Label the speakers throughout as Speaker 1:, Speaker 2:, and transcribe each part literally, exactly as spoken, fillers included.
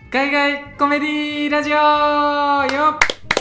Speaker 1: 海外コメディラジオよ、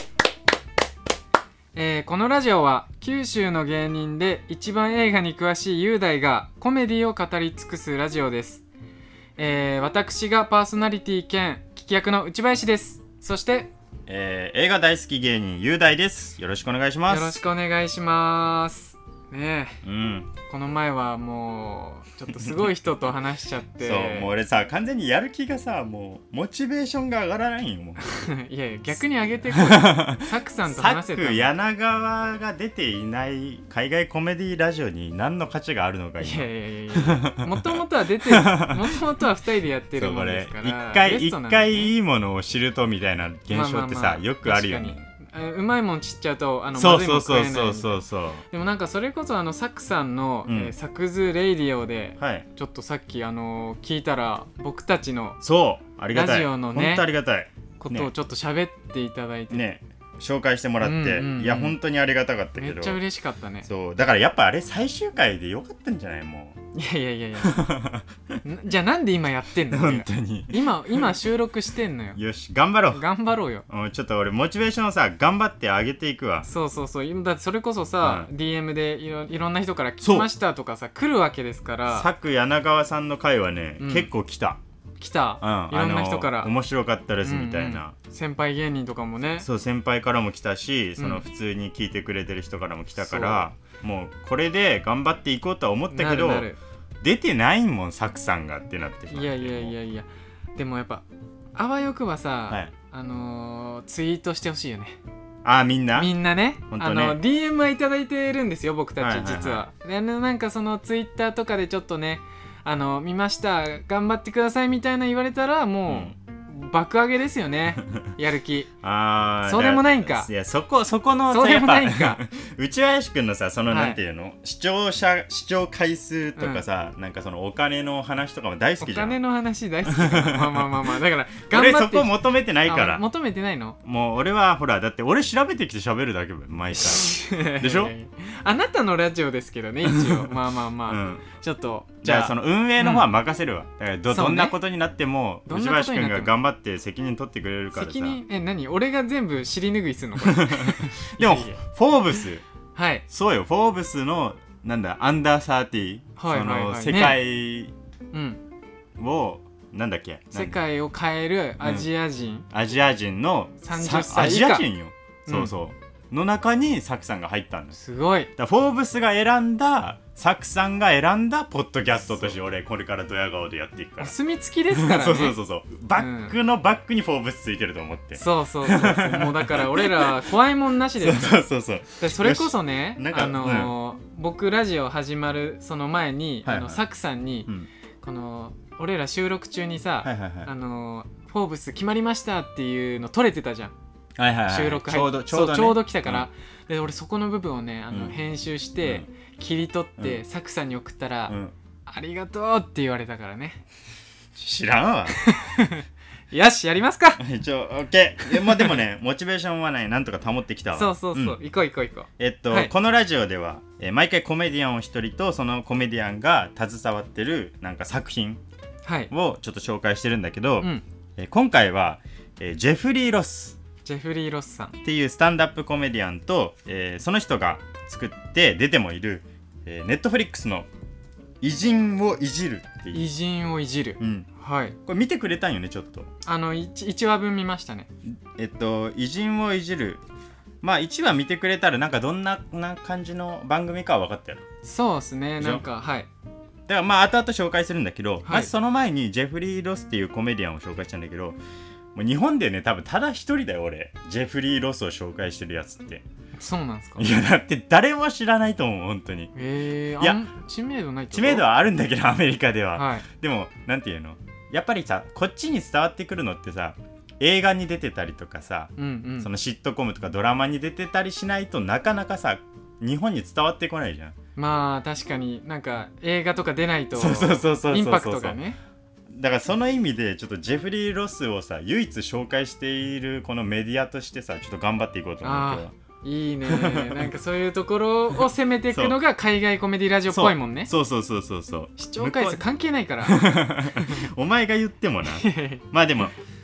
Speaker 1: えー、このラジオは九州の芸人で一番映画に詳しい雄大がコメディを語り尽くすラジオです。えー、私がパーソナリティ兼聞き役の内林です。そして、
Speaker 2: えー、映画大好き芸人雄大です。よろしくお願いします。
Speaker 1: よろしくお願いしますねえ、
Speaker 2: うん、
Speaker 1: この前はもうちょっとすごい人と話しちゃって
Speaker 2: そう、もう俺さ完全にやる気がさ、もうモチベーションが上がらないよもう
Speaker 1: いやいや逆に上げてこいサクさんと話せた。
Speaker 2: サク柳川が出ていない海外コメディラジオに何の価値があるのか今。
Speaker 1: いやいやいやいや、もともとは出てもともとはふたりでやってるもんですから、
Speaker 2: 一回一、
Speaker 1: ね、
Speaker 2: 回いいものを知るとみたいな現象ってさ、まあまあまあ、よくあるよね。
Speaker 1: うまいもんちっちゃうとあの
Speaker 2: そう
Speaker 1: まずいもん食えないみたいな。
Speaker 2: そうそうそうそう。で
Speaker 1: もなんかそれこそあのサクさんの、うん、えー、サクズレイディオで、はい、ちょっとさっきあのー、聞いたら僕たちの
Speaker 2: そうありがたい
Speaker 1: ラジオのね
Speaker 2: 本当ありがたい
Speaker 1: ことをちょっと喋っていただいて
Speaker 2: ね、紹介してもらって、うんうんうん、いや本当にありがたかったけど、
Speaker 1: めっちゃ嬉しかったね。
Speaker 2: そうだからやっぱあれ最終回でよかったんじゃないもう。
Speaker 1: いやいやいやいやじゃあなんで今やってんの
Speaker 2: 本当に
Speaker 1: 今今収録してんのよ。
Speaker 2: よし頑張ろう
Speaker 1: 頑張ろうよ。
Speaker 2: ちょっと俺モチベーションをさ頑張って上げていくわ。
Speaker 1: そうそうそう、だってそれこそさ、うん、ディーエム でい ろ, いろんな人から来ましたとかさ来るわけですから。
Speaker 2: サク柳川さんの回はね、うん、結構来た
Speaker 1: 来た、うん、いろんな人から
Speaker 2: 面白かったですみたいな、
Speaker 1: うんうん、先輩芸人とかもね。
Speaker 2: そう先輩からも来たし、その普通に聞いてくれてる人からも来たから、うん、もうこれで頑張っていこうとは思ったけどなるなる出てないもんサクさんがってなってしまって。
Speaker 1: いやいやいやいや、でもやっぱあわよくばさ、はい、あのー、ツイートしてほしいよね。
Speaker 2: あーみんな
Speaker 1: みんなね、
Speaker 2: 本当ね、
Speaker 1: あの ディーエム はいただいてるんですよ僕たち、はいはいはい、実は。でなんかそのツイッターとかでちょっとね、あの見ました頑張ってくださいみたいな言われたらもう、うん爆上げですよねやる気。あーそうでもないんか。
Speaker 2: いやそこそこの
Speaker 1: そうでもないんか
Speaker 2: 内林くんのさその、はい、なんていうの視聴者視聴回数とかさ、うん、なんかそのお金の話とかも大好きじゃん。
Speaker 1: お金の話大好きだまあまあまあまあだから
Speaker 2: 頑張って俺そこ求めてないから。
Speaker 1: 求めてないの。
Speaker 2: もう俺はほらだって俺調べてきて喋るだけ毎回でしょ
Speaker 1: あなたのラジオですけどね一応まあまあまあ、うん、ちょっと
Speaker 2: じゃあその運営の方は任せるわ、うん、だから ど, どんなことになっても内林くんが頑張って責任取ってくれるからさ。
Speaker 1: 責任え何俺が全部尻拭いするの
Speaker 2: でもフォーブス
Speaker 1: はい
Speaker 2: そうよフォーブスのなんだアンダーサーティー、はいはいはい、その世界を、ね、なんだっけ
Speaker 1: 世界を変えるアジア人、
Speaker 2: うん、アジア人の
Speaker 1: さんじゅっさい以下
Speaker 2: アジア人よ、うん、そうそうの中にサクさんが入ったんです。
Speaker 1: すごい。
Speaker 2: だフォーブスが選んだサクさんが選んだポッドキャストとして俺これからドヤ顔でやっていくから。
Speaker 1: お墨付きですからね
Speaker 2: そうそうそうそうバックのバックにフォーブスついてると思って、うん、
Speaker 1: そうそうそうそうもうだから俺ら怖いもんなしです
Speaker 2: そうそうそう
Speaker 1: でそれこそねあのーうん、僕ラジオ始まるその前に、はいはい、あのサクさんに、うん、この俺ら収録中にさ、はいはいはい、あのー、フォーブス決まりましたっていうの撮れてたじゃん。
Speaker 2: はいはいはい、
Speaker 1: 収録
Speaker 2: ちょうどちょうど、ね、
Speaker 1: ちょうど来たから、うん、で俺そこの部分をねあの、うん、編集して、うん、切り取って、うん、サクさんに送ったら、うん、ありがとうって言われたからね。
Speaker 2: 知らんわ
Speaker 1: よしやりますか
Speaker 2: 一応オッケー。まあでもねモチベーションはねなんとか保ってきたわ。
Speaker 1: そうそうそう、うん、行こう行こう行こう。
Speaker 2: えっと、はい、このラジオでは、えー、毎回コメディアンを一人とそのコメディアンが携わってるなんか作品をちょっと紹介してるんだけど、はい、えー、今回は、えー、ジェフリー・ロス
Speaker 1: ジェフリー・ロスさん
Speaker 2: っていうスタンダップコメディアンと、えー、その人が作って出てもいる、えー、ネットフリックスの偉人をいじるっていう。
Speaker 1: 偉人をいじる、うん、はい。
Speaker 2: これ見てくれたんよねちょっと。
Speaker 1: あの 1, いちわぶん見ましたね。
Speaker 2: えっと偉人をいじるまあいちわ見てくれたらなんかどんなな感じの番組かは分かったよ。
Speaker 1: そうですねなんかはい。
Speaker 2: だからまあ後々紹介するんだけど、はい、まずその前にジェフリー・ロスっていうコメディアンを紹介したんだけど、もう日本でね多分ただ一人だよ俺ジェフリー・ロスを紹介してるやつって。
Speaker 1: そうなんですか。
Speaker 2: いやだって誰も知らないと思う本当に。
Speaker 1: えー、いや知名度ないってこと。
Speaker 2: 知名度はあるんだけどアメリカでは、
Speaker 1: はい、
Speaker 2: でもなんていうのやっぱりさこっちに伝わってくるのってさ映画に出てたりとかさ、うんうん、そのシットコムとかドラマに出てたりしないとなかなかさ日本に伝わってこないじゃん。
Speaker 1: まあ確かになんか映画とか出ないと
Speaker 2: そうそうそうそう
Speaker 1: インパクトがね。
Speaker 2: だからその意味でちょっとジェフリー・ロスをさ唯一紹介しているこのメディアとしてさちょっと頑張っていこうと思うけど。
Speaker 1: いいねなんかそういうところを攻めていくのが海外コメディラジオっぽいもんね。
Speaker 2: そうそうそうそうそう
Speaker 1: 視聴回数関係ないから
Speaker 2: お前が言ってもなまあでも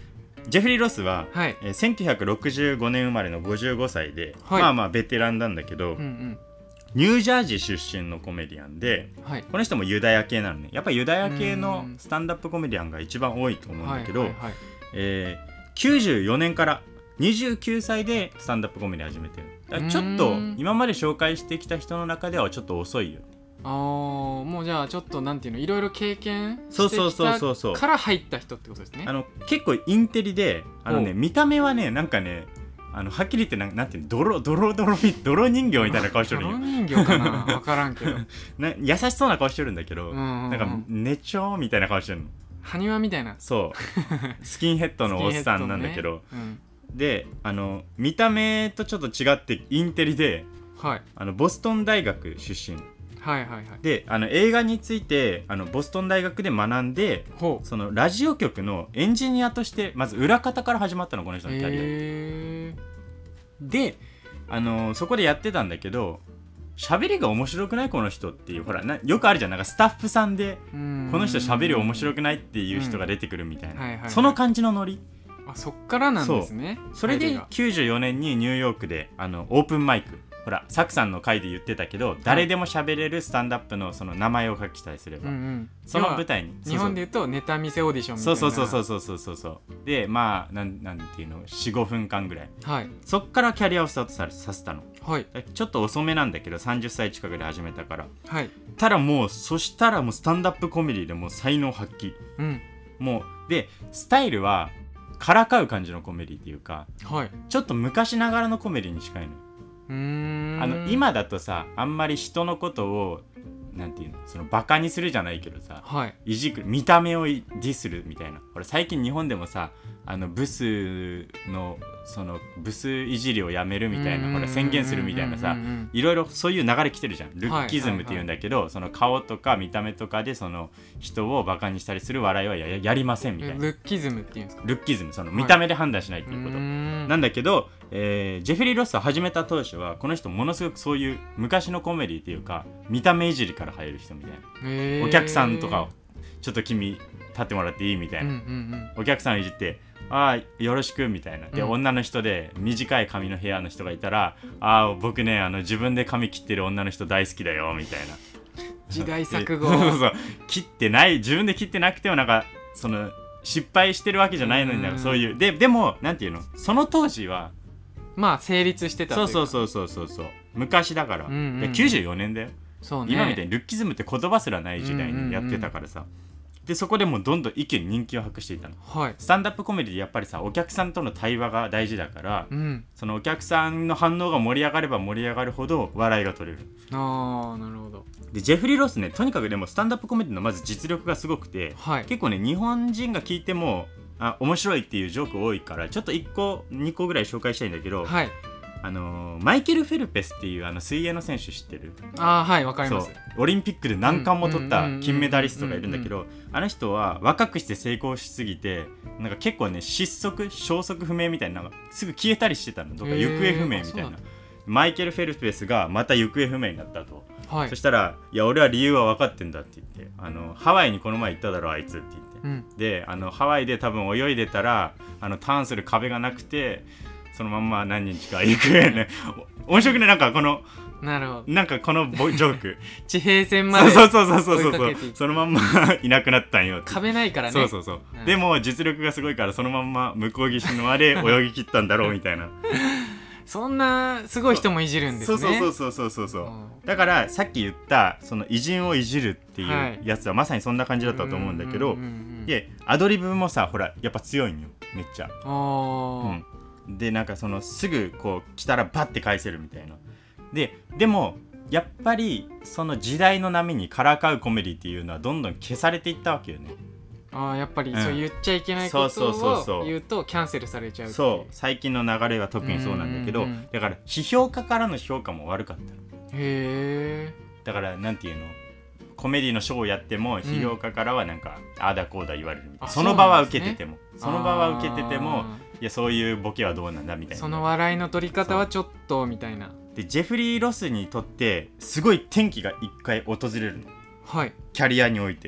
Speaker 2: ジェフリー・ロスは、
Speaker 1: はい、
Speaker 2: えー、せんきゅうひゃくろくじゅうごねん生まれのごじゅうごさいで、はい、まあまあベテランなんだけど、うんうん、ニュージャージー出身のコメディアンで、はい、この人もユダヤ系なのね。やっぱりユダヤ系のスタンダップコメディアンが一番多いと思うんだけど、えー、きゅうじゅうよねんからにじゅうきゅうさいでスタンダップコメディ始めてる。だからちょっと今まで紹介してきた人の中ではちょっと遅いよね。
Speaker 1: あー、もうじゃあちょっとなんていうの、いろいろ経験してきたから入った人ってことですね。
Speaker 2: あの結構インテリで、あのね、見た目はね、なんかね、あのはっきり言ってな、なんていうの、泥泥泥泥人形みたいな顔してるんよ。
Speaker 1: 泥人形かな、分からんけど
Speaker 2: な優しそうな顔してるんだけど、うんうんうん、なんかねちょーみたいな顔してるの。
Speaker 1: 埴輪みたいな。
Speaker 2: そうスキンヘッドのおっさんなんだけど、ね、うん、で、あの見た目とちょっと違ってインテリで、はい、あのボストン大学出身。
Speaker 1: はいはいはい、
Speaker 2: で、あの映画についてあのボストン大学で学んで、そのラジオ局のエンジニアとしてまず裏方から始まったの、この人のキャリア、えー、で、あのそこでやってたんだけど、喋りが面白くないこの人っていう、ほらな、よくあるじゃん、なんかスタッフさんでこの人喋り面白くないっていう人が出てくるみたいな、はいはいはい、その感じのノリ。
Speaker 1: あ、そっからなんですね。
Speaker 2: そ, それできゅうじゅうよねんにニューヨークであのオープンマイク、ほらサクさんの回で言ってたけど、はい、誰でも喋れるスタンダップのその名前を書きたりすれば、うんうん、その舞台に
Speaker 1: 日本で言うとネタ見せオーディションみたいな。
Speaker 2: そうそうそうそうそうそうそうで、まあなんなんていうの、 よんごふんかんぐらい、はい、そっからキャリアをスタート さ, させたの、はい、ちょっと遅めなんだけどさんじゅっさい近くで始めたから、はい、ただもうそしたらもうスタンダップコメディでもう才能発揮、うん、もうでスタイルはからかう感じのコメディっていうか、はい、ちょっと昔ながらのコメディに近いのよ。うーん、あの今だとさ、あんまり人のことをなんていうの、そのバカにするじゃないけどさ、はい、いじくる、見た目をディスるみたいな。俺最近日本でもさ、あのブスのそのブスいじりをやめるみたいな、ほら宣言するみたいなさ、いろいろそういう流れ来てるじゃん。ルッキズムっていうんだけど、はいはいはい、その顔とか見た目とかでその人をバカにしたりする笑いは や, やりませんみたいな。
Speaker 1: ルッキズムっていうんですか。
Speaker 2: ルッキズム、その見た目で判断しないっていうこと、はい、なんだけど、えー、ジェフリー・ロスを始めた当初はこの人ものすごくそういう昔のコメディっていうか見た目いじりから入る人みたいな、えー、お客さんとかをちょっと君立ってもらっていいみたいな、うんうんうん、お客さんをいじってああよろしくみたいなで、うん、女の人で短い髪のヘアの人がいたらああ僕ねあの自分で髪切ってる女の人大好きだよみたいな
Speaker 1: 時代錯誤
Speaker 2: そうそうそう切ってない自分で切ってなくてもなんかその失敗してるわけじゃないのになんかそういうででもなんていうのその当時は
Speaker 1: まあ成立してたというか
Speaker 2: そうそうそうそうそう昔だから、うんうんうん、きゅうじゅうよねんだよそうね、今みたいにルッキズムって言葉すらない時代にやってたからさ、うんうんうん、でそこでもうどんどん一気に人気を博していたの、はい、スタンダップコメディでやっぱりさお客さんとの対話が大事だから、うん、そのお客さんの反応が盛り上がれば盛り上がるほど笑いが取れる。
Speaker 1: あーなるほど。
Speaker 2: でジェフリー・ロスねとにかくでもスタンダップコメディのまず実力がすごくて、はい、結構ね日本人が聞いてもあ面白いっていうジョーク多いからちょっといっこにこぐらい紹介したいんだけど、はい、あのー、マイケル・フェルペスっていうあの水泳の選手知ってる？
Speaker 1: あーはいわかります。
Speaker 2: オリンピックで何冠も取った金メダリストがいるんだけどあの人は若くして成功しすぎてなんか結構ね失速消息不明みたいなのがすぐ消えたりしてたのとか行方不明みたいなマイケル・フェルペスがまた行方不明になったと、はい、そしたらいや俺は理由は分かってんだって言ってあのハワイにこの前行っただろあいつって言って、うん、であのハワイで多分泳いでたらあのターンする壁がなくてそのまんま何日か行方ね面白くねなんかこの
Speaker 1: なるほど
Speaker 2: なんかこのジョーク
Speaker 1: 地平線まで
Speaker 2: そうそうそうそうそうそうそのまんまいなくなったんよって
Speaker 1: 壁ないからね
Speaker 2: そうそうそう、うん、でも実力がすごいからそのまんま向こう岸の輪で泳ぎ切ったんだろうみたいな
Speaker 1: そんなすごい人もいじるんですね。
Speaker 2: そうそうそうそうそうそう、うん、だからさっき言ったその偉人をいじるっていうやつはまさにそんな感じだったと思うんだけど、でアドリブもさほらやっぱ強いんよめっちゃ。あ、うん、でなんかそのすぐこう来たらバッて返せるみたいな。ででもやっぱりその時代の波にからかうコメディっていうのはどんどん消されていったわけよね。
Speaker 1: ああやっぱりそう言っちゃいけないことを言うとキャンセルされちゃうっていう。
Speaker 2: そう最近の流れは特にそうなんだけど、うんうんうん、だから批評家からの評価も悪かった。へー。だからなんていうのコメディのショーをやっても批評家からはなんか、うん、ああだこうだ言われるみたいな。その場は受けてても そ,、ね、その場は受けててもいやそういうボケはどうなんだみたいな。
Speaker 1: その笑いの取り方はちょっとみたいな。
Speaker 2: でジェフリー・ロスにとってすごい転機が一回訪れるの、はい、キャリアにおいて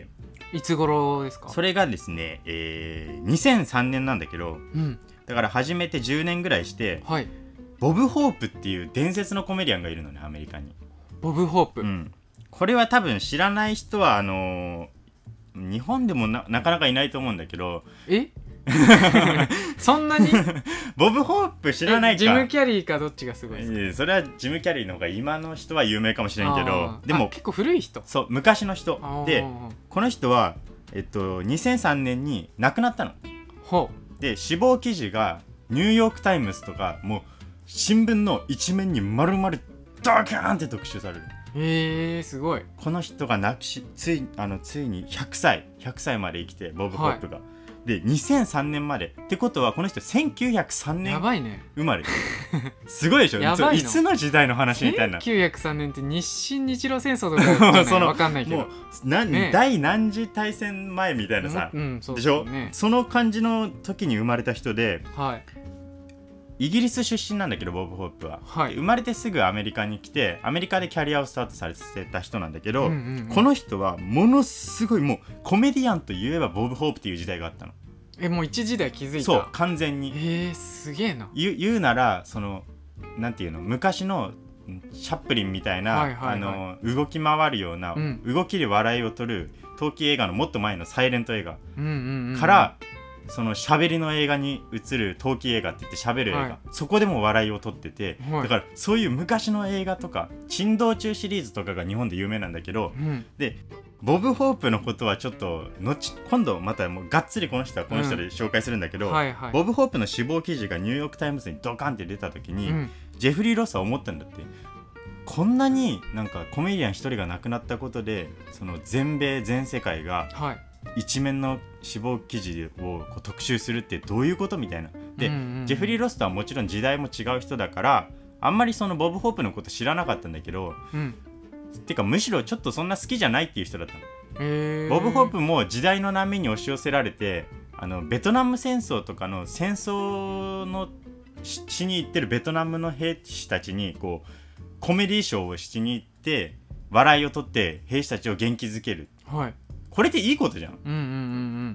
Speaker 1: いつ頃ですか？
Speaker 2: それがですね、えー、にせんさんねんなんだけど、うん、だから始めてじゅうねんぐらいして、はい、ボブ・ホープっていう伝説のコメディアンがいるのね、アメリカに。
Speaker 1: ボブ・ホープ、
Speaker 2: うん、これは多分知らない人はあのー、日本でも な, なかなかいないと思うんだけど。
Speaker 1: えそんなに
Speaker 2: ボブ・ホープ知らないか。
Speaker 1: ジム・キャリーかどっちがすごいですか？
Speaker 2: えー、それはジム・キャリーの方が今の人は有名かもしれんけど、でも
Speaker 1: 結構古い人。
Speaker 2: そう、昔の人で、この人は、えっと、にせんさんねんに亡くなったの。ほうで、死亡記事がニューヨーク・タイムズとかもう新聞の一面に丸々ドカーンって特集される。
Speaker 1: へえー、すごい。
Speaker 2: この人が亡くしついあのついにひゃくさいひゃくさいまで生きて、ボブ・ホープが、はい、でにせんさんねんまでってことは、この人せんきゅうひゃくさんねん生まれ。すごいでしょ。やばいの。いつの時代の話みたいな。
Speaker 1: せんきゅうひゃくさんねんって日清日露戦争とかじゃないその分かんないけど、も
Speaker 2: うな、ね、第何次大戦前みたいなさ、うん、そうでしょ、ね、その感じの時に生まれた人で、はい、イギリス出身なんだけど、ボブ・ホープは、はい、生まれてすぐアメリカに来て、アメリカでキャリアをスタートさせた人なんだけど、うんうんうん、この人はものすごい、もうコメディアンといえばボブ・ホープっていう時代があったの。
Speaker 1: え、もう一時代気づいた。
Speaker 2: そう、完全に。
Speaker 1: えー、すげえな。
Speaker 2: 言う、言うなら、そのなんていうの、昔のチャップリンみたいな、はいはいはい、あの動き回るような、うん、動きで笑いを取る陶器映画のもっと前のサイレント映画、うんうんうん、からその喋りの映画に映る陶器映画って言って喋る映画、はい、そこでも笑いを取ってて、はい、だからそういう昔の映画とか珍道中シリーズとかが日本で有名なんだけど、うん、でボブ・ホープのことはちょっと後今度またもうがっつりこの人はこの人で紹介するんだけど、うんはいはい、ボブ・ホープの死亡記事がニューヨーク・タイムズにドカンって出た時に、うん、ジェフリー・ロスは思ったんだって。こんなになんかコメディアン一人が亡くなったことで、その全米全世界が一面の死亡記事をこう特集するってどういうことみたいな。で、うんうんうん、ジェフリー・ロスとはもちろん時代も違う人だからあんまりそのボブ・ホープのこと知らなかったんだけど、うんてかむしろちょっとそんな好きじゃないっていう人だったの。へー。ボブ・ホープも時代の波に押し寄せられて、あのベトナム戦争とかの戦争のしに行ってるベトナムの兵士たちにこうコメディーショーをしに行って笑いを取って兵士たちを元気づける、はい、これっていいことじゃん、うんうんうんうん、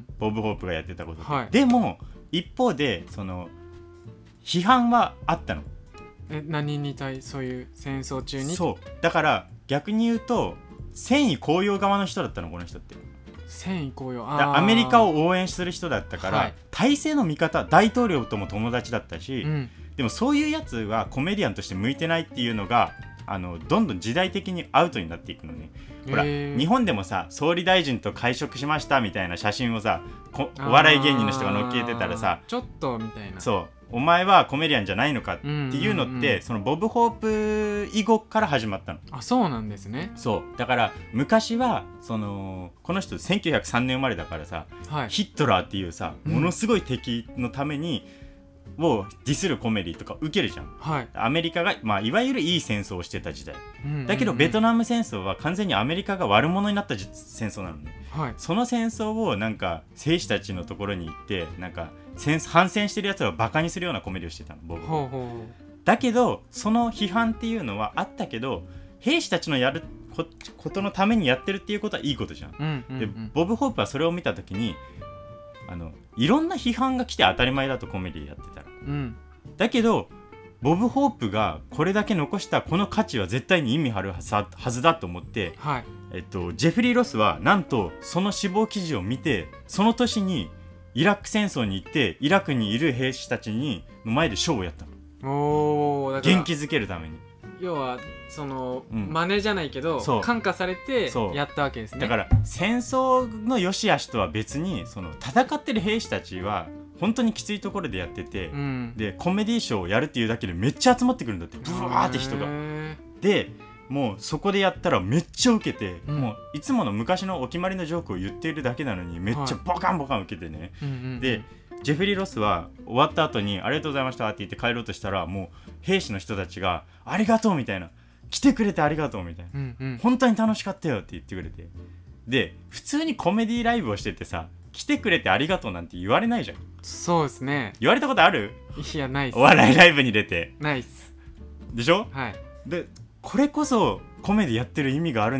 Speaker 2: ボブ・ホープがやってたことって、はい、でも一方でその批判はあったの。
Speaker 1: え、何に対、そういう戦争中に。
Speaker 2: そうだから逆に言うと戦意高揚側の人だったの、この人って。
Speaker 1: 戦意高揚、
Speaker 2: あ、アメリカを応援する人だったから、はい、体制の味方、大統領とも友達だったし、うん、でもそういうやつはコメディアンとして向いてないっていうのがあのどんどん時代的にアウトになっていくのね。ほら日本でもさ、総理大臣と会食しましたみたいな写真をさ、お笑い芸人の人が載っけてたらさ、
Speaker 1: ちょっとみたいな、
Speaker 2: そうお前はコメディアンじゃないのかっていうのって、うんうんうん、そのボブ・ホープ以後から始まったの。
Speaker 1: あ、そうなんですね。
Speaker 2: そうだから昔はそのこの人せんきゅうひゃくさんねん生まれだからさ、はい、ヒットラーっていうさものすごい敵のために、うん、をディスるコメディとか受けるじゃん、はい、アメリカが、まあ、いわゆるいい戦争をしてた時代、うんうんうん、だけどベトナム戦争は完全にアメリカが悪者になった戦争なのね、はい、その戦争をなんか兵士たちのところに行ってなんか反戦してるやつらをバカにするようなコメディをしてたの、僕。ほうほう。だけどその批判っていうのはあったけど、兵士たちのやることのためにやってるっていうことはいいことじゃん、うんうんうん、でボブ・ホープはそれを見た時にあのいろんな批判が来て当たり前だと、コメディやってたら、うん、だけどボブ・ホープがこれだけ残したこの価値は絶対に意味あるはずだと思って、はいえっと、ジェフリー・ロスはなんとその死亡記事を見て、その年にイラク戦争に行ってイラクにいる兵士たちにの前でショーをやったの。おー、だから元気づけるために。
Speaker 1: 要はその、うん、真似じゃないけど感化されてやったわけですね。
Speaker 2: だから戦争の良し悪しとは別に、その戦ってる兵士たちは本当にきついところでやってて、うん、でコメディーショーをやるっていうだけでめっちゃ集まってくるんだって、ブワーって人が。でもうそこでやったらめっちゃウケて、うん、もういつもの昔のお決まりのジョークを言っているだけなのにめっちゃボカンボカンウケてね、はい、でジェフリー・ロスは終わった後にありがとうございましたって言って帰ろうとしたら、もう兵士の人たちがありがとうみたいな、来てくれてありがとうみたいな、うんうん、本当に楽しかったよって言ってくれて、で普通にコメディライブをしててさ、来てくれてありがとうなんて言われないじゃん。
Speaker 1: そうですね。
Speaker 2: 言われたことある？
Speaker 1: いや、ないっす。
Speaker 2: お笑いライブに出て
Speaker 1: ないっす。
Speaker 2: でしょ？
Speaker 1: はい。
Speaker 2: でこれこそコメディやってる意味があるんだっ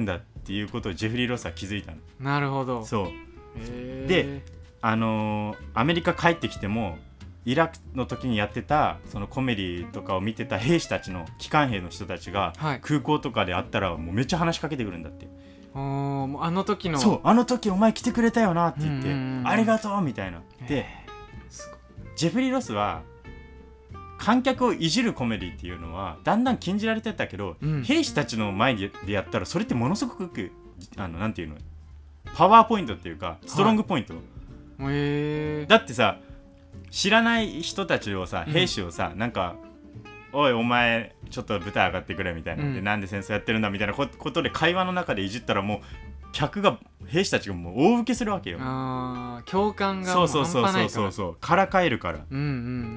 Speaker 2: っていうことをジェフリー・ロスは気づいたの。
Speaker 1: なるほど。
Speaker 2: そう
Speaker 1: へー。
Speaker 2: で、あのー、アメリカ帰ってきてもイラクの時にやってたそのコメディとかを見てた兵士たちの機関兵の人たちが、はい、空港とかで会ったらもうめっちゃ話しかけてくるんだって。
Speaker 1: おもうあの時の
Speaker 2: そうあの時お前来てくれたよなって言って、うんうんうん、ありがとうみたいな。でジェフリー・ロスは観客をいじるコメディっていうのはだんだん禁じられてたけど、うん、兵士たちの前でやったらそれってものすごくあのなんていうのパワーポイントっていうかストロングポイント、
Speaker 1: はい、
Speaker 2: だってさ知らない人たちをさ兵士をさ、うん、なんかおいお前ちょっと舞台上がってくれみたいな、うん、でなんで戦争やってるんだみたいなことで会話の中でいじったらもう客が兵士たちがもう大受けするわけよ。
Speaker 1: あ共感がもう半端ないから。そうそうそうそう
Speaker 2: からかえるから、
Speaker 1: うんうんうん、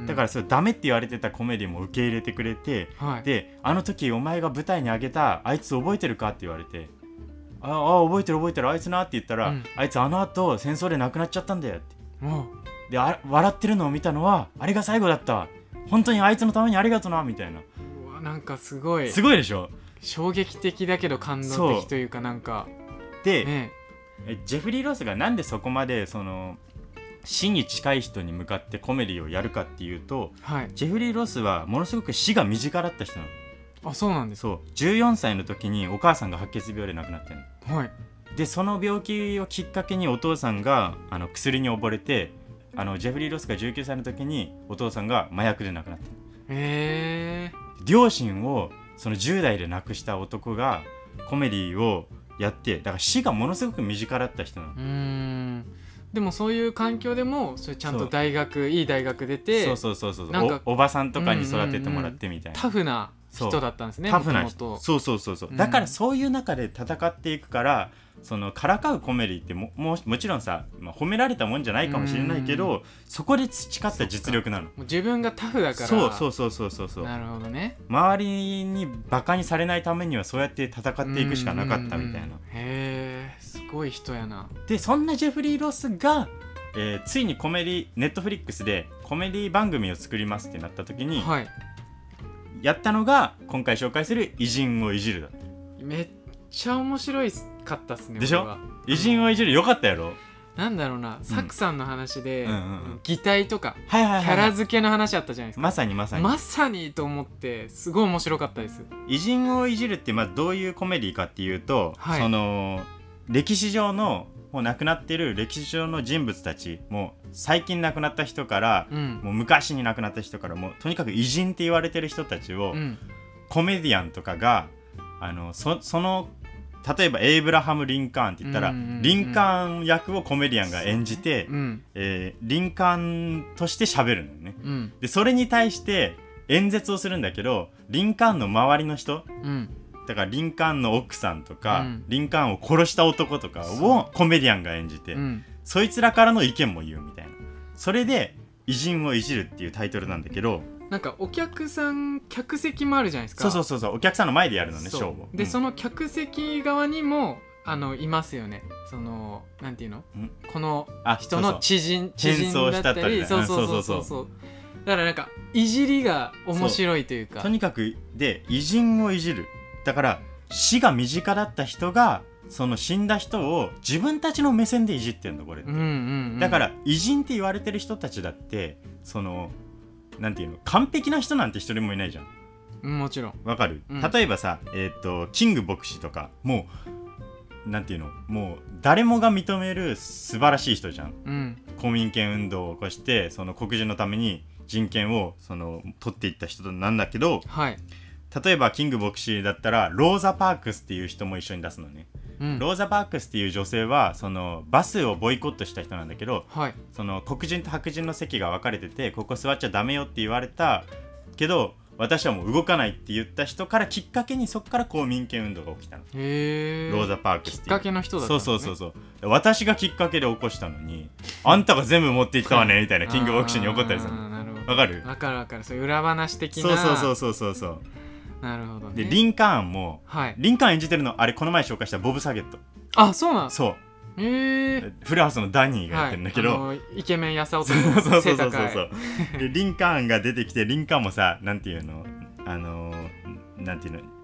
Speaker 2: だからそれダメって言われてたコメディも受け入れてくれて、はい、であの時お前が舞台に上げたあいつ覚えてるかって言われてああ覚えてる覚えてるあいつなって言ったら、うん、あいつあの後戦争で亡くなっちゃったんだよって、うん、であ笑ってるのを見たのはあれが最後だった本当にあいつのためにありがとなみたいな。
Speaker 1: うわなんかすごい
Speaker 2: すごいでしょ。
Speaker 1: 衝撃的だけど感動的というかなんか
Speaker 2: で、ね、ジェフリー・ロスがなんでそこまでその死に近い人に向かってコメディをやるかっていうと、はい、ジェフリー・ロスはものすごく死が身近だった人なの。
Speaker 1: あそうなんです。
Speaker 2: そうじゅうよんさいの時にお母さんが白血病で亡くなってるの、はい、でその病気をきっかけにお父さんがあの薬に溺れてあのジェフリー・ロスがじゅうきゅうさいの時にお父さんが麻薬で亡くなってる。
Speaker 1: へー。
Speaker 2: 両親をそのじゅう代で亡くした男がコメディをやってだから死がものすごく身近だった人なの。
Speaker 1: うーんでもそういう環境でもそれちゃんと大学いい大学出て
Speaker 2: そうそうそうそうなんか お, おばさんとかに育ててもらってみたいな、
Speaker 1: うんうんうん、タフな人だったんですね。
Speaker 2: タフな人そうそうそうそう、うん、だからそういう中で戦っていくからそのからかうコメディって も, も, もちろんさ、まあ、褒められたもんじゃないかもしれないけどそこで培った実力なの。も
Speaker 1: う自分がタフだから
Speaker 2: そうそうそうそうそうそう
Speaker 1: なるほどね。
Speaker 2: 周りにバカにされないためにはそうやって戦っていくしかなかったみたいな。
Speaker 1: へーすごい人やな。
Speaker 2: でそんなジェフリー・ロスが、えー、ついにコメディネットフリックスでコメディ番組を作りますってなった時に、はい、やったのが今回紹介する偉人をいじるだった。
Speaker 1: めっちゃ面白いかったっすね。
Speaker 2: でしょ。偉人をいじるよかったやろ。
Speaker 1: なんだろうな、サクさんの話で、うんうんうん、擬態とか、
Speaker 2: はいはいはいはい、
Speaker 1: キャラ付けの話あったじゃないですか。
Speaker 2: まさにまさに
Speaker 1: まさにと思ってすごい面白かったです。
Speaker 2: 偉人をいじるってまずどういうコメディかっていうと、はい、その歴史上のもう亡くなってる歴史上の人物たちもう最近亡くなった人から、うん、もう昔に亡くなった人からもうとにかく偉人って言われてる人たちを、うん、コメディアンとかがあの そ, その例えばエイブラハム・リンカーンって言ったら、うんうんうん、リンカーン役をコメディアンが演じて、うんえー、リンカーンとして喋るのよね、うん、でそれに対して演説をするんだけどリンカーンの周りの人、うん、だからリンカーンの奥さんとか、うん、リンカーンを殺した男とかをコメディアンが演じて、うん、そいつらからの意見も言うみたいな。それで偉人をいじるっていうタイトルなんだけど
Speaker 1: なんかお客さん客席もあるじゃないですか。
Speaker 2: そうそうそうそうお客さんの前でやるのねショーを
Speaker 1: で、うん、その客席側にもあのいますよね。そのなんていうのこの人の知人知人だったりそうそうそうそうそうだからなんかいじりが面白いというか
Speaker 2: とにかくで偉人をいじるだから死が身近だった人がその死んだ人を自分たちの目線でいじってんのこれって、うんうんうん、だから偉人って言われてる人たちだってそのなんていうの完璧な人なんて一人もいないじゃん、
Speaker 1: うん、もちろん
Speaker 2: わかる、うん、例えばさ、えー、とキング牧師とかもうなんていうのもう誰もが認める素晴らしい人じゃん、うん、公民権運動を起こしてその黒人のために人権をその取っていった人なんだけど、はい、例えばキング牧師だったらローザ・パークスっていう人も一緒に出すのね、うん、ローザ・パークスっていう女性はそのバスをボイコットした人なんだけど、はい、その黒人と白人の席が分かれててここ座っちゃダメよって言われたけど私はもう動かないって言った人からきっかけにそこから公民権運動が起きたの。
Speaker 1: へー
Speaker 2: ローザ・パークスっていう
Speaker 1: きっかけの人だったんですね。
Speaker 2: そうそうそうそう私がきっかけで起こしたのにあんたが全部持っていったわねみたいなキング牧師に怒ったりするの。わかる
Speaker 1: わかるわかるそういう裏話的な
Speaker 2: そうそうそうそうそう
Speaker 1: なるほどね。
Speaker 2: でリンカーンも、はい、リンカーン演じてるのあれこの前紹介したボブ・サゲット。
Speaker 1: あそうなん
Speaker 2: そう
Speaker 1: へー
Speaker 2: フルハウスのダニーがやってるんだけど、はい、あの
Speaker 1: イケメンやさ男
Speaker 2: そうそうそうそうそうでリンカーンが出てきてリンカーンもさなんていうのあのなんていうの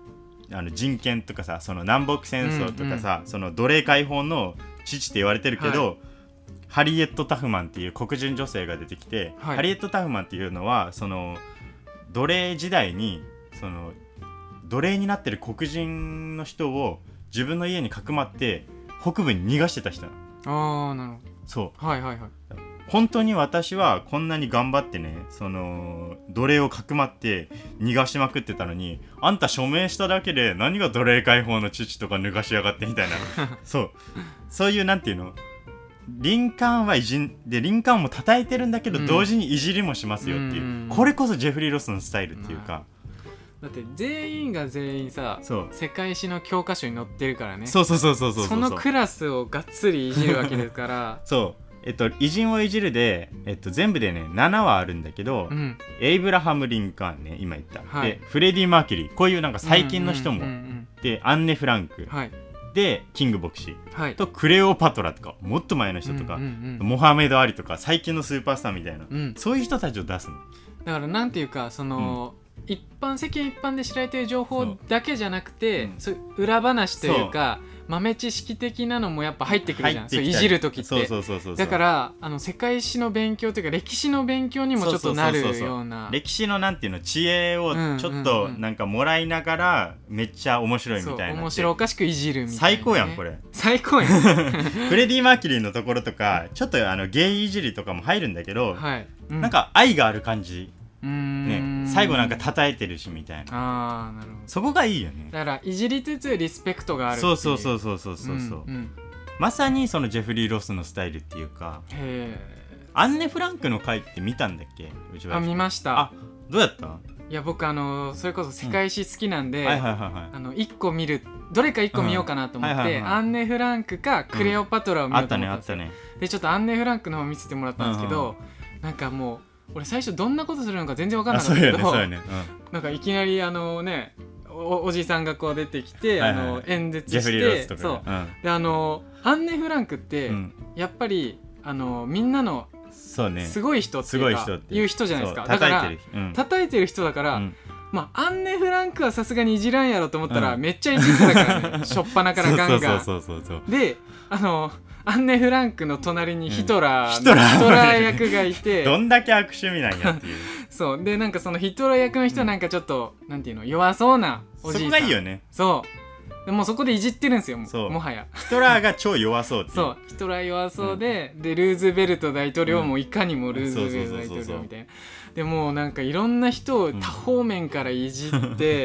Speaker 2: あの人権とかさ、その南北戦争とかさ、うんうん、その奴隷解放の父って言われてるけど、はい、ハリエット・タフマンっていう黒人女性が出てきて、はい、ハリエット・タフマンっていうのはその奴隷時代にその奴隷になってる黒人の人を自分の家にかくまって北部に逃がしてた人な
Speaker 1: の。あー、なるほど。
Speaker 2: そう
Speaker 1: はいはいはい。
Speaker 2: 本当に私はこんなに頑張ってね、その奴隷をかくまって逃がしまくってたのに、あんた署名しただけで何が奴隷解放の父とか脱がしやがってみたいなそうそういうなんていうの、リンカーンはいじんでリンカーンも叩いてるんだけど、うん、同時にいじりもしますよっていう、うん、これこそジェフリー・ロスのスタイルっていうか、
Speaker 1: だって全員が全員さ、世界史の教科書に載ってるからね。
Speaker 2: そうそうそうそうそうそう、
Speaker 1: そのクラスをがっつりいじるわけですから
Speaker 2: そうえっと偉人をいじるで、えっと、全部でねななわあるんだけど、うん、エイブラハム・リンカーンね、今言った、はい、でフレディ・マーキュリー、こういうなんか最近の人も、うんうんうんうん、でアンネ・フランク、はい、でキング牧師、はい、とクレオパトラとかもっと前の人とか、うんうんうん、モハメド・アリとか最近のスーパースターみたいな、うん、そういう人たちを出すの。
Speaker 1: だからなんていうかその、うん、一般世間一般で知られている情報だけじゃなくて、そう、そういう裏話というか豆知識的なのもやっぱ入ってくるじゃん、そういじる時って。そうそうそうそう、だからあの世界史の勉強というか歴史の勉強にもちょっとなるような、
Speaker 2: 歴史のなんていうの知恵をちょっとなんかもらいながらめっちゃ面白いみたいな、
Speaker 1: 面白おかしくいじるみたいな、ね、
Speaker 2: 最高やんこれ。
Speaker 1: 最高やん
Speaker 2: フレディ・マーキュリーのところとかちょっとあのゲイいじりとかも入るんだけど、はい、うん、なんか愛がある感じ、うーん、ね、最後なんか叩いてるしみたいな。
Speaker 1: あー、なるほど。
Speaker 2: そこがいいよね。
Speaker 1: だからいじりつつリスペクトがあるっていう。
Speaker 2: そうそうそうそうそうそう、うんうん、まさにそのジェフリー・ロスのスタイルっていうか。へー。アンネ・フランクの回って見たんだっけ？
Speaker 1: あ、見ました。
Speaker 2: あ、どうやった？
Speaker 1: いや僕あのそれこそ世界史好きなんで、あのいっこ見る、どれかいっこ見ようかなと思って、アンネ・フランクかクレオパトラを見ようと思ったんですよ、うん、あったねあったね。でちょっとアンネ・フランクの方見せてもらったんですけど、うん、なんかもう俺最初どんなことするのか全然分かんなかったけど、そうよね、そうよね、うん、なんかいきなりあのね お, おじさんがこう出てきて、はいはい、あの演説して、ジェフリー・ロスとか、そう、うん、であのアンネ・フランクって、うん、やっぱりあのみんなのそうね、すごい人っていうかいう人じゃないですか。だから叩いてる、うん、叩いてる人だから、うん、まあアンネ・フランクはさすがにいじらんやろと思ったら、うん、めっちゃいじってたからね、しょっぱなからガンガンで、あのアンネ・フランクの隣にヒトラー、うん、ヒトラーヒトラー役がいて
Speaker 2: どんだけ悪趣味なんやっていう
Speaker 1: そうで、なんかそのヒトラー役の人はなんかちょっと、うん、なんていうの、弱そうなおじいさん、
Speaker 2: そこがいいよね。
Speaker 1: そうでもうそこでいじってるんですよ、も, もはや
Speaker 2: ヒトラーが超弱そうっていう
Speaker 1: そうヒトラー弱そうで、うん、でルーズベルト大統領もいかにもルーズベルト大統領みたいな、でもうなんかいろんな人を多方面からいじって、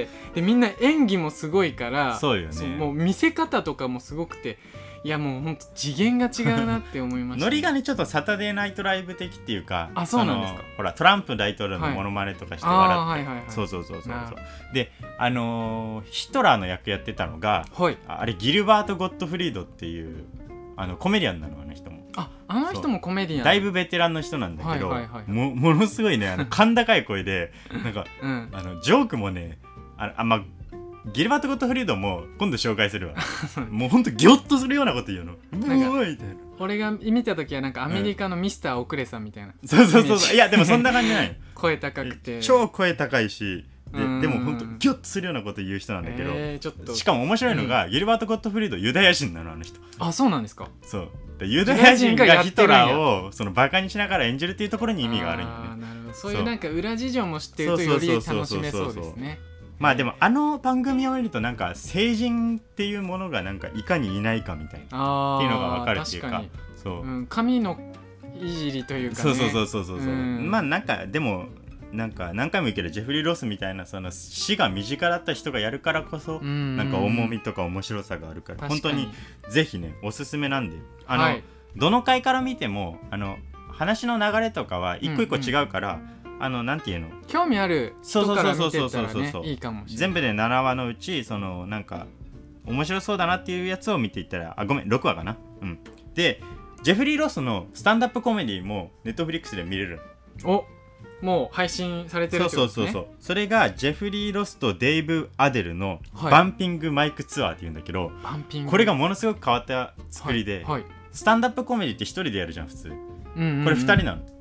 Speaker 1: うん、でみんな演技もすごいから
Speaker 2: そうよね、
Speaker 1: そうもう見せ方とかもすごくて、いやもうほんと次元が違うなって思いました、ね、
Speaker 2: ノリがねちょっとサタデーナイトライブ的っていうか、
Speaker 1: あ、そうなんですか。
Speaker 2: ほらトランプ大統領のモノマネとかして笑って、はい、そうそうそうそうそうで、あのー、ヒトラーの役やってたのが、はい、あれギルバート・ゴットフリードっていうあのコメディアンなの、あの人も。
Speaker 1: あ、あの人もコメディアン
Speaker 2: だいぶベテランの人なんだけど、はいはいはい、も, ものすごいねあの甲高い声でなんか、うん、あのジョークもねああんまギルバート・ゴットフリードも今度紹介するわもうほんとギョッとするようなこと言うの、ブーみたいな。
Speaker 1: 俺が見た時はなんかアメリカのミスター・オクレさんみたいな、
Speaker 2: うん、そうそうそうそう、いやでもそんな感じじゃない
Speaker 1: 声高くて
Speaker 2: 超声高いし、で, でもほんとギョッとするようなこと言う人なんだけど、えー、ちょっとしかも面白いのが、うん、ギルバート・ゴットフリードユダヤ人なの、あの人。
Speaker 1: あ、そうなんですか。
Speaker 2: そうでユダヤ人がヒトラーをそのバカにしながら演じるっていうところに意味があるんよね。
Speaker 1: あ、なるほど。そういうなんか裏事情も知ってるとより楽しめそうですね。
Speaker 2: まあでもあの番組を見るとなんか成人っていうものがなんかいかにいないかみたいなっていうのが分かるっていうか、そう、
Speaker 1: うん、神のいじりというかね。
Speaker 2: そうそうそうそうそう、うん、まあなんかでもなんか何回も言うけどジェフリー・ロスみたいなその死が身近だった人がやるからこそなんか重みとか面白さがあるから本当にぜひねおすすめなんで、あの、はい、どの回から見てもあの話の流れとかは一個一個違うから、うんうん、あのなんていうの、
Speaker 1: 興味ある人から見てたらねいいかもしれない。
Speaker 2: 全部でななわのうちそのなんか面白そうだなっていうやつを見ていったら、あごめんろくわかな、うん、でジェフリー・ロスのスタンダップコメディもネットフリックスで見れる。
Speaker 1: お、もう配信されてるってことですね。
Speaker 2: そうそうそうそう、それがジェフリー・ロスとデイブ・アデルのバンピングマイクツアーっていうんだけど、はい、これがものすごく変わった作りで、はいはい、スタンダップコメディって一人でやるじゃん普通、うんうんうん、これ二人なの。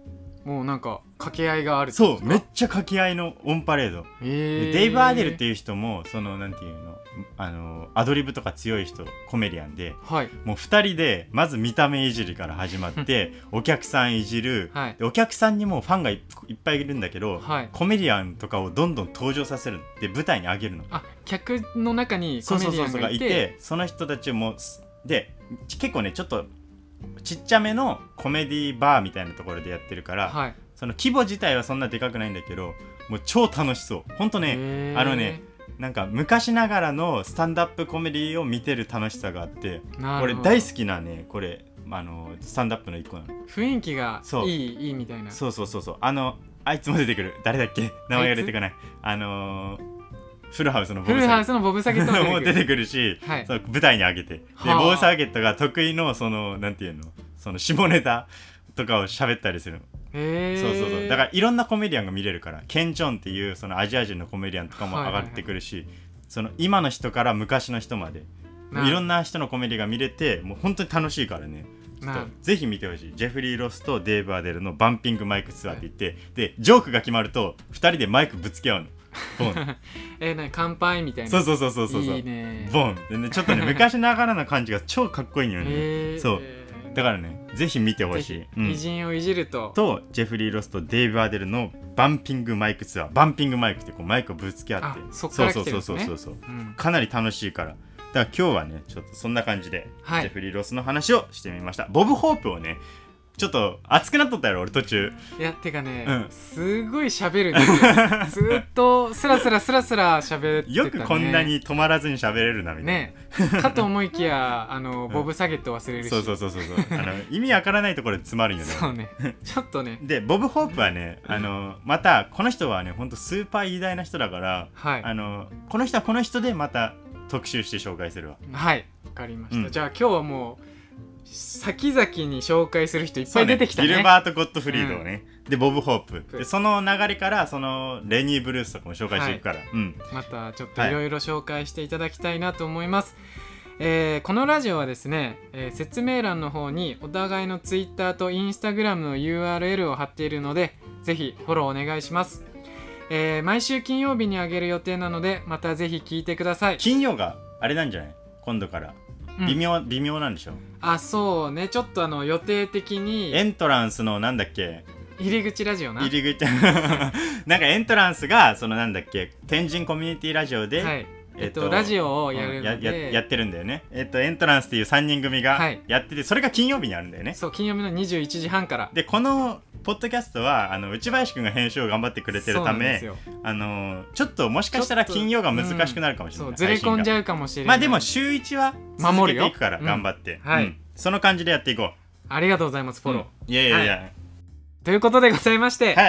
Speaker 1: もうなんか掛け合いがあるって
Speaker 2: そうめっちゃ掛け合いのオンパレード、
Speaker 1: えー、
Speaker 2: デイブ・アーデルっていう人もそのなんていうのあのアドリブとか強い人コメディアンで、はい、もうふたりでまず見た目いじりから始まってお客さんいじる、はい、でお客さんにもファンが い, いっぱいいるんだけど、はい、コメディアンとかをどんどん登場させるで舞台に上げるの。
Speaker 1: あ客の中にコメディアンがいて、そうそうそうそういて
Speaker 2: その人たちもで結構ねちょっとちっちゃめのコメディバーみたいなところでやってるから、はい、その規模自体はそんなでかくないんだけどもう超楽しそうほんとね。あのねなんか昔ながらのスタンドアップコメディを見てる楽しさがあってこれ大好きなねこれあのスタンドアップの一個なの。
Speaker 1: 雰囲気がいいいいみたいな。
Speaker 2: そうそうそうそうあのあいつも出てくる誰だっけ名前が出てこないあのー、フルハウスのボブサゲットフルハウスのボブサゲットも出てくるし、はい、その舞台に上げてでボブサゲットが得意のそのなんていうのその下ネタとかを喋ったりするの。へそうそうそうだからいろんなコメディアンが見れるからケン・チョンっていうそのアジア人のコメディアンとかも上がってくるし、はいはいはい、その今の人から昔の人までいろんな人のコメディが見れてもう本当に楽しいからねちょっとぜひ見てほしい。ジェフリー・ロスとデーブ・アデルのバンピングマイクツアーって言って、はい、でジョークが決まるとふたりでマイクぶつけ合うのボン
Speaker 1: えー、な乾杯みたいな。
Speaker 2: そうそうそうそうそう
Speaker 1: いいね
Speaker 2: ボンで、ね、ちょっとね昔ながらの感じが超かっこいいのよね、えー、そうだからねぜひ見てほしい、
Speaker 1: うん、偉人をいじると
Speaker 2: とジェフリー・ロスとデイブ・アデルのバンピングマイクツアーバンピングマイクってこうマイクをぶつけ合って
Speaker 1: そっから来てるんですね。
Speaker 2: そうそうそうそうそう、うん、かなり楽しいからだから今日はねちょっとそんな感じで、はい、ジェフリー・ロスの話をしてみました。ボブ・ホープをねちょっと熱くなっとったやろ俺途中。
Speaker 1: いやてかね、うん、すごい喋るんですよずっとスラスラスラスラ喋ってた、ね、
Speaker 2: よくこんなに止まらずに喋れるなみたいな
Speaker 1: ねかと思いきやあのボブサゲット忘れるし、
Speaker 2: うん、そうそうそうそうあの意味わからないところで詰まるよね
Speaker 1: そうねちょっとね
Speaker 2: でボブ・ホープはねあのまたこの人はねほんとスーパー偉大な人だから、はい、あのこの人はこの人でまた特集して紹介するわ。
Speaker 1: はいわかりました、うん、じゃあ今日はもう先々に紹介する人いっぱい出てきたね。
Speaker 2: ギルバート・ゴットフリードをね、うん、でボブ・ホープでその流れからそのレニー・ブルースとかも紹介していくから、はいうん、
Speaker 1: またちょっといろいろ紹介していただきたいなと思います、はいえー、このラジオはですね、えー、説明欄の方にお互いのツイッターとインスタグラムの ユーアールエル を貼っているのでぜひフォローお願いします、えー、毎週金曜日に上げる予定なのでまたぜひ聞いてください。
Speaker 2: 金曜があれなんじゃない今度から微妙、うん、微妙なんでしょ。
Speaker 1: あそうねちょっとあの予定的に
Speaker 2: エントランスのなんだっけ
Speaker 1: 入り口ラジオな
Speaker 2: 入り口なんかエントランスがそのなんだっけ天神コミュニティラジオで、はい
Speaker 1: えっと、ラジオをやるので、
Speaker 2: うん、や, や, やってるんだよね。えっとエントランスっていうさんにん組がやってて、はい、それが金曜日にあるんだよね。
Speaker 1: そう金曜日のにじゅういちじはんから
Speaker 2: でこのポッドキャストはあの内林くんが編集を頑張ってくれてるためあのちょっともしかしたら金曜が難しくなるかもしれない、
Speaker 1: うん、そうずれ込んじゃうかもしれない。
Speaker 2: まあでも週いちは続けていくから頑張って、うんはいうん、その感じでやっていこう。
Speaker 1: ありがとうございますフォロー、
Speaker 2: うん、いやいやいや、はい、
Speaker 1: ということでございまして、
Speaker 2: はい、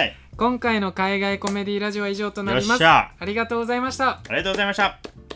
Speaker 1: 今回の海外コメディラジオは以上となります。ありがとうございました。
Speaker 2: ありがとうございました。